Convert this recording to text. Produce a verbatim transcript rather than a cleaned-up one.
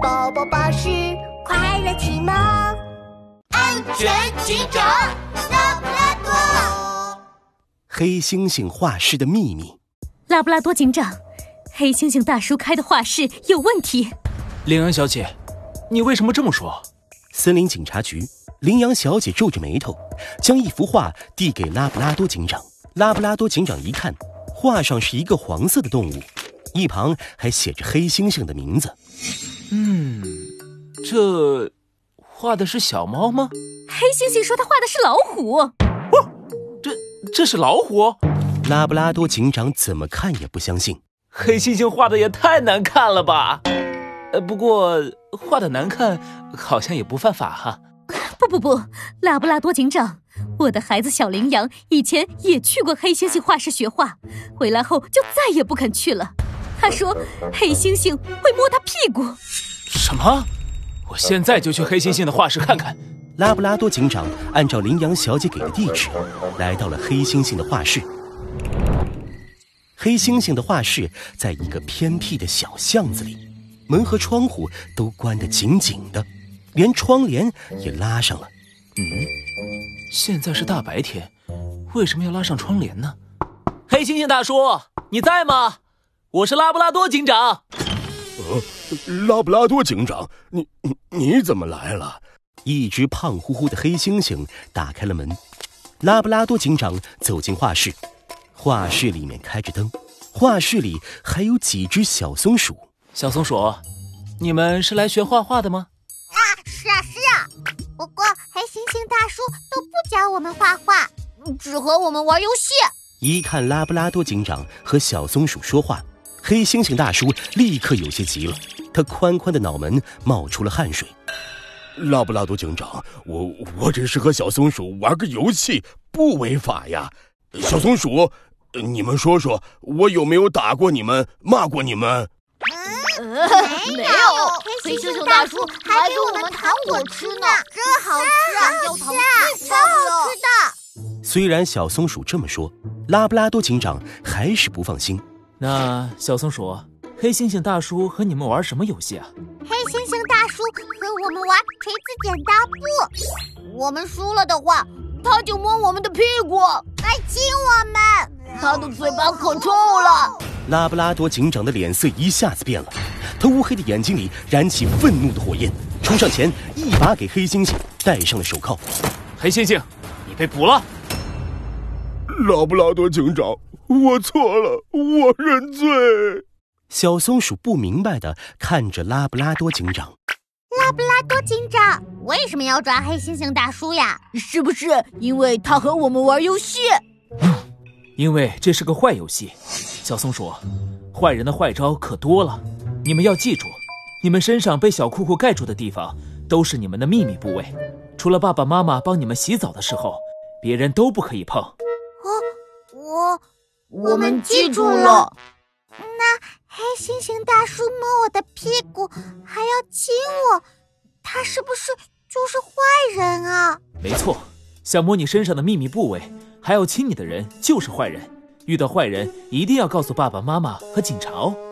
宝宝巴士快乐启蒙， 安全警长拉布拉多。 黑猩猩画室的秘密。 拉布拉多警长，黑猩猩大叔开的画室有问题。 羚羊小姐，你为什么这么说？ 森林警察局，羚羊小姐皱着眉头，将一幅画递给拉布拉多警长。拉布拉多警长一看，画上是一个黄色的动物，一旁还写着黑猩猩的名字。 嗯，这画的是小猫吗？ 黑猩猩说他画的是老虎。 哦，这这是老虎？ 拉布拉多警长怎么看也不相信。 黑猩猩画的也太难看了吧？呃，不过画的难看好像也不犯法哈。 不不不，拉布拉多警长，我的孩子小羚羊以前也去过黑猩猩画室学画，回来后就再也不肯去了。他说黑猩猩会摸他屁股。 什么？我现在就去黑猩猩的画室看看。 拉布拉多警长按照羚羊小姐给的地址，来到了黑猩猩的画室。黑猩猩的画室在一个偏僻的小巷子里，门和窗户都关得紧紧的，连窗帘也拉上了。 嗯，现在是大白天，为什么要拉上窗帘呢？黑猩猩大叔，你在吗？我是拉布拉多警长。 呃，拉布拉多警长，你你你怎么来了？ 一只胖乎乎的黑猩猩打开了门，拉布拉多警长走进画室。画室里面开着灯，画室里还有几只小松鼠。 小松鼠，你们是来学画画的吗？ 啊，是啊是啊。不过黑猩猩大叔都不教我们画画，只和我们玩游戏。 一看拉布拉多警长和小松鼠说话，黑猩猩大叔立刻有些急了，他宽宽的脑门冒出了汗水。 拉布拉多警长，我我只是和小松鼠玩个游戏，不违法呀。小松鼠，你们说说，我有没有打过你们，骂过你们？ 嗯，没有。黑猩猩大叔还给我们糖果吃呢，真好吃啊！香蕉糖超好吃的。 虽然小松鼠这么说，拉布拉多警长还是不放心。 那小松鼠，黑猩猩大叔和你们玩什么游戏啊？ 黑猩猩大叔和我们玩锤子剪刀布，我们输了的话，他就摸我们的屁股，还亲我们，他的嘴巴可臭了。 拉布拉多警长的脸色一下子变了，他乌黑的眼睛里燃起愤怒的火焰，冲上前一把给黑猩猩戴上了手铐。 黑猩猩，你被捕了。 拉布拉多警长，我错了，我认罪。 小松鼠不明白地看着拉布拉多警长。 拉布拉多警长，为什么要抓黑猩猩大叔呀？是不是因为他和我们玩游戏？ 因为这是个坏游戏。小松鼠，坏人的坏招可多了，你们要记住，你们身上被小裤裤盖住的地方都是你们的秘密部位，除了爸爸妈妈帮你们洗澡的时候，别人都不可以碰。 哦，我我们记住了。那黑猩猩大叔摸我的屁股，还要亲我，他是不是就是坏人啊？ 没错，想摸你身上的秘密部位，还要亲你的人就是坏人。遇到坏人一定要告诉爸爸妈妈和警察哦。